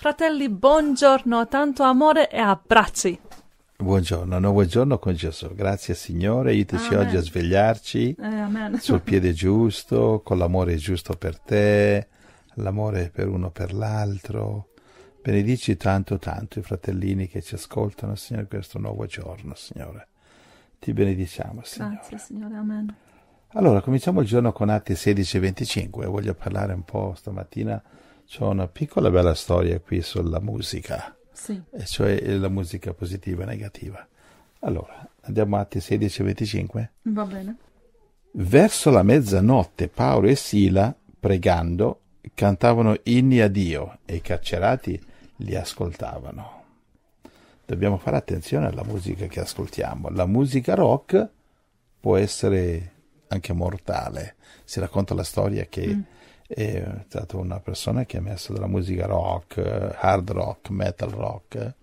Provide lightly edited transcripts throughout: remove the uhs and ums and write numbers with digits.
Fratelli, buongiorno, tanto amore e abbracci. Buongiorno, nuovo giorno con Gesù. Grazie Signore, aiutaci oggi a svegliarci sul piede giusto, con l'amore giusto per te, l'amore per uno per l'altro. Benedici tanto i fratellini che ci ascoltano, Signore, questo nuovo giorno, Signore. Ti benediciamo, Signore. Grazie, Signore, amen. Allora, cominciamo il giorno con Atti 16:25. Voglio parlare un po' stamattina. C'ho una piccola bella storia qui sulla musica. Sì. E cioè la musica positiva e negativa. Allora, andiamo a Atti 16:25? Va bene. Verso la mezzanotte Paolo e Sila, pregando, cantavano inni a Dio e i carcerati li ascoltavano. Dobbiamo fare attenzione alla musica che ascoltiamo. La musica rock può essere anche mortale. Si racconta la storia che è stata una persona che ha messo della musica rock, hard rock, metal rock,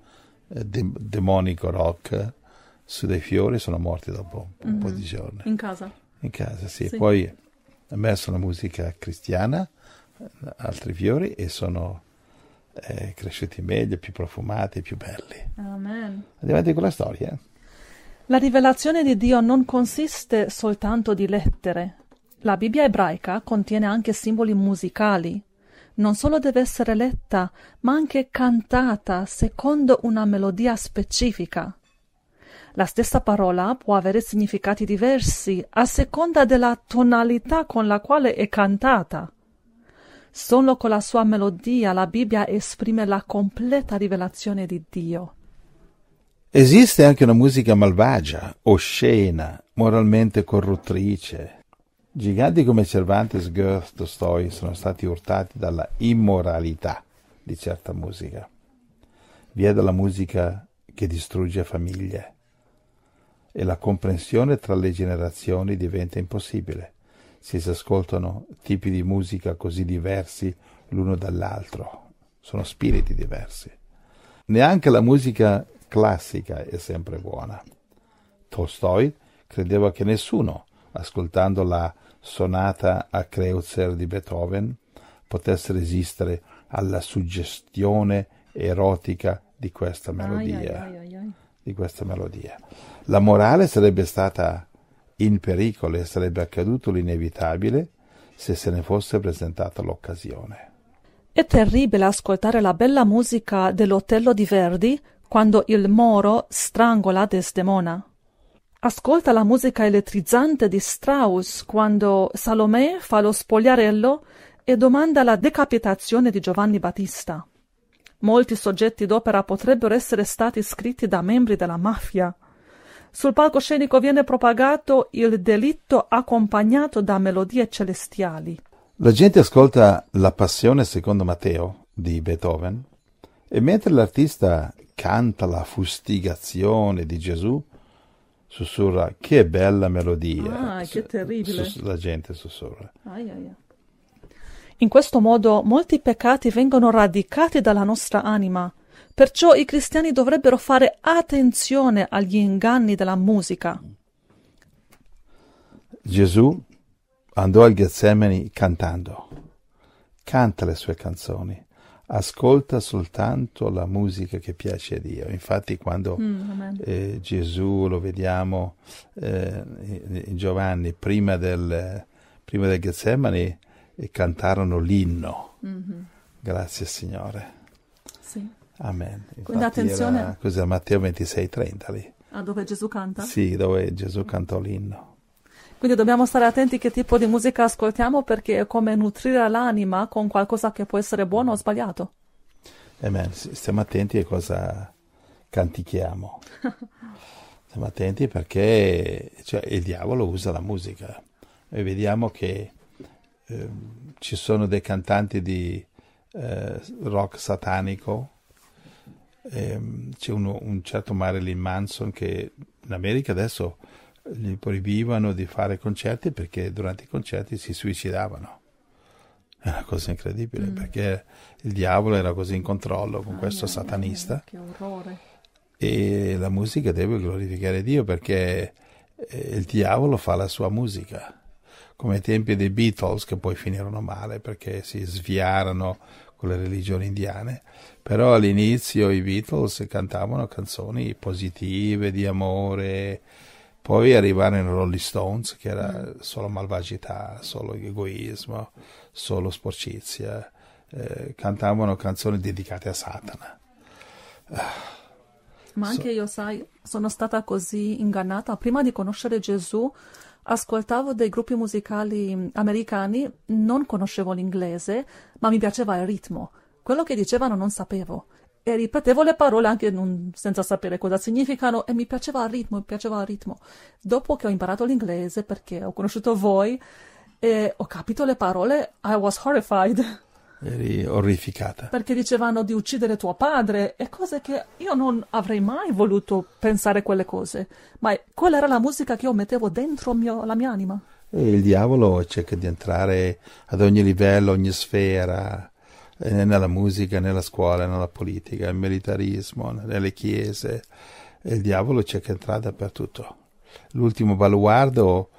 demonico rock su dei fiori, sono morti dopo un po' di giorni. In casa? In casa, sì. Poi ha messo la musica cristiana, altri fiori, e sono cresciuti meglio, più profumati, più belli. Amen. Andiamo avanti con la storia. La rivelazione di Dio non consiste soltanto di lettere. La Bibbia ebraica contiene anche simboli musicali. Non solo deve essere letta, ma anche cantata secondo una melodia specifica. La stessa parola può avere significati diversi a seconda della tonalità con la quale è cantata. Solo con la sua melodia la Bibbia esprime la completa rivelazione di Dio. Esiste anche una musica malvagia, oscena, moralmente corruttrice. Giganti come Cervantes, Goethe, Tolstoi sono stati urtati dalla immoralità di certa musica. Vi è della musica che distrugge famiglie e la comprensione tra le generazioni diventa impossibile se si ascoltano tipi di musica così diversi l'uno dall'altro. Sono spiriti diversi. Neanche la musica classica è sempre buona. Tolstoi credeva che nessuno, ascoltando la sonata a Kreutzer di Beethoven, potesse resistere alla suggestione erotica di questa melodia. Di questa melodia. La morale sarebbe stata in pericolo e sarebbe accaduto l'inevitabile se se ne fosse presentata l'occasione. È terribile ascoltare la bella musica dell'Otello di Verdi quando il Moro strangola Desdemona. Ascolta la musica elettrizzante di Strauss quando Salomè fa lo spogliarello e domanda la decapitazione di Giovanni Battista. Molti soggetti d'opera potrebbero essere stati scritti da membri della mafia. Sul palcoscenico viene propagato il delitto accompagnato da melodie celestiali. La gente ascolta La Passione secondo Matteo di Beethoven e mentre l'artista canta la fustigazione di Gesù, sussurra che bella melodia. Ah, che terribile. La gente sussurra. In questo modo molti peccati vengono radicati dalla nostra anima. Perciò i cristiani dovrebbero fare attenzione agli inganni della musica. Gesù andò al Getsemani cantando. Canta le sue canzoni. Ascolta soltanto la musica che piace a Dio. Infatti quando Gesù lo vediamo in Giovanni prima del Getsemani cantarono l'inno. Grazie Signore. Sì. Amen. Quindi attenzione. Cos'è Matteo 26:30 lì? Ah, dove Gesù canta? Sì, dove Gesù cantò l'inno. Quindi dobbiamo stare attenti che tipo di musica ascoltiamo, perché è come nutrire l'anima con qualcosa che può essere buono o sbagliato. Amen. Stiamo attenti a cosa cantichiamo. Stiamo attenti perché il diavolo usa la musica. E vediamo che ci sono dei cantanti di rock satanico. C'è un certo Marilyn Manson che in America adesso gli proibivano di fare concerti perché durante i concerti si suicidavano. È una cosa incredibile perché il diavolo era così in controllo con questo satanista. Che orrore. E la musica deve glorificare Dio perché il diavolo fa la sua musica, come ai tempi dei Beatles, che poi finirono male perché si sviarono con le religioni indiane, però all'inizio i Beatles cantavano canzoni positive, di amore, poi arrivarono i Rolling Stones, che era solo malvagità, solo egoismo, solo sporcizia, cantavano canzoni dedicate a Satana. Ma anche io, sai, sono stata così ingannata. Prima di conoscere Gesù, ascoltavo dei gruppi musicali americani, non conoscevo l'inglese, ma mi piaceva il ritmo. Quello che dicevano non sapevo. E ripetevo le parole anche senza sapere cosa significano, e mi piaceva il ritmo, mi piaceva il ritmo. Dopo che ho imparato l'inglese, perché ho conosciuto voi, e ho capito le parole, I was horrified. Eri orrificata. Perché dicevano di uccidere tuo padre e cose che io non avrei mai voluto pensare quelle cose. Ma quella era la musica che io mettevo dentro la mia anima. E il diavolo cerca di entrare ad ogni livello, ogni sfera, nella musica, nella scuola, nella politica, nel militarismo, nelle chiese. E il diavolo cerca di entrare dappertutto. L'ultimo baluardo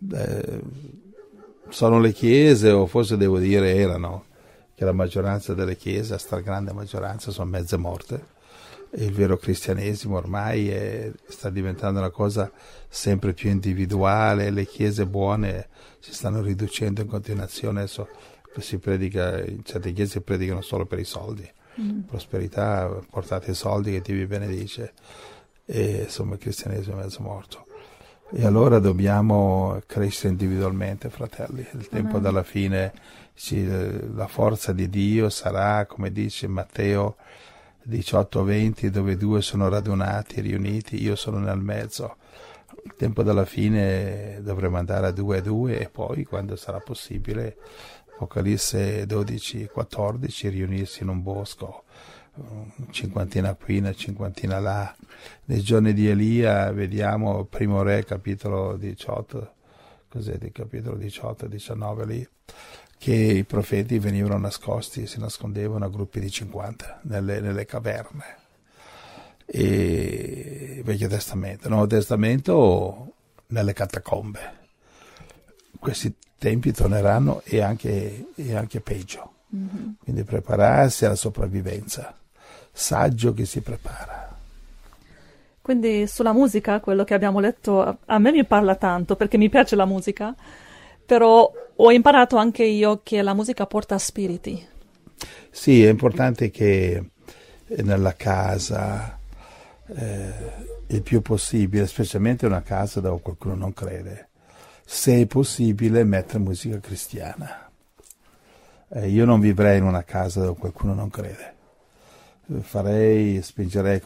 sono le chiese, o forse devo dire erano, che la maggioranza delle chiese, la stragrande maggioranza, sono mezze morte, e il vero cristianesimo ormai sta diventando una cosa sempre più individuale, le chiese buone si stanno riducendo in continuazione, adesso si predica, in certe chiese si predicano solo per i soldi, prosperità, portate i soldi che Dio vi benedice, e insomma il cristianesimo è mezzo morto. E allora dobbiamo crescere individualmente, fratelli. Il tempo della fine, la forza di Dio sarà, come dice Matteo 18:20, dove 2 sono radunati, riuniti, io sono nel mezzo. Il tempo della fine dovremo andare a 2 e poi, quando sarà possibile, Apocalisse 12:14, riunirsi in un bosco, cinquantina qui, una cinquantina là. Nei giorni di Elia vediamo Primo Re capitolo 18, cos'è di capitolo 18, 19 lì, che i profeti venivano nascosti, si nascondevano a gruppi di 50 nelle caverne. E Vecchio Testamento, Nuovo Testamento nelle catacombe. Questi tempi torneranno e anche peggio. Quindi prepararsi alla sopravvivenza, saggio che si prepara. Quindi sulla musica, quello che abbiamo letto, a me mi parla tanto perché mi piace la musica, però ho imparato anche io che la musica porta spiriti. Sì, è importante che nella casa, il più possibile, specialmente una casa dove qualcuno non crede, se è possibile mettere musica cristiana. Io non vivrei in una casa dove qualcuno non crede. Spingerei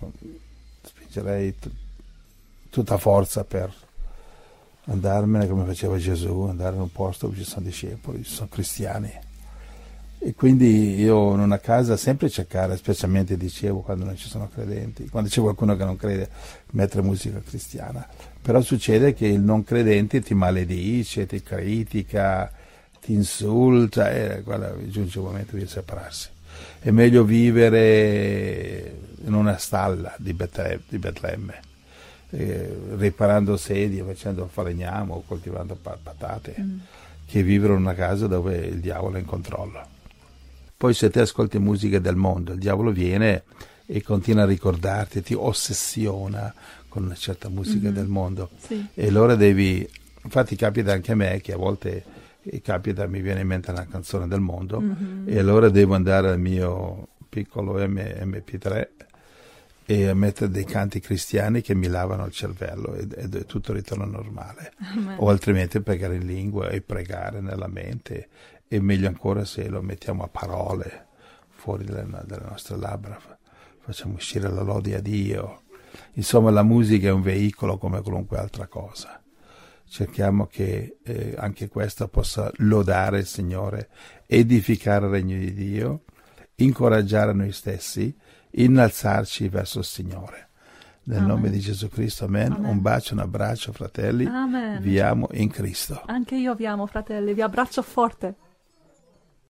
tutta forza per andarmene come faceva Gesù, andare in un posto dove ci sono discepoli, ci sono cristiani. E quindi io in una casa sempre cercare, specialmente dicevo quando non ci sono credenti, quando c'è qualcuno che non crede, mettere musica cristiana. Però succede che il non credente ti maledice, ti critica, ti insulta, e guarda, giunge il momento di separarsi. È meglio vivere in una stalla di Betlemme, riparando sedie, facendo falegname o coltivando patate, che vivere in una casa dove il diavolo è in controllo. Poi se te ascolti musica del mondo, il diavolo viene e continua a ricordarti, ti ossessiona con una certa musica del mondo. Sì. E allora infatti capita anche a me che a volte mi viene in mente una canzone del mondo, e allora devo andare al mio piccolo MP3 e mettere dei canti cristiani che mi lavano il cervello e tutto ritorna normale. Amen. O altrimenti pregare in lingua e pregare nella mente, e meglio ancora se lo mettiamo a parole fuori dalle nostre labbra, facciamo uscire la lode a Dio. Insomma, la musica è un veicolo come qualunque altra cosa. Cerchiamo che anche questa possa lodare il Signore, edificare il regno di Dio, incoraggiare noi stessi, innalzarci verso il Signore. Nel nome di Gesù Cristo, amen. Un bacio, un abbraccio, fratelli. Amen. Vi amo in Cristo. Anche io vi amo, fratelli, vi abbraccio forte.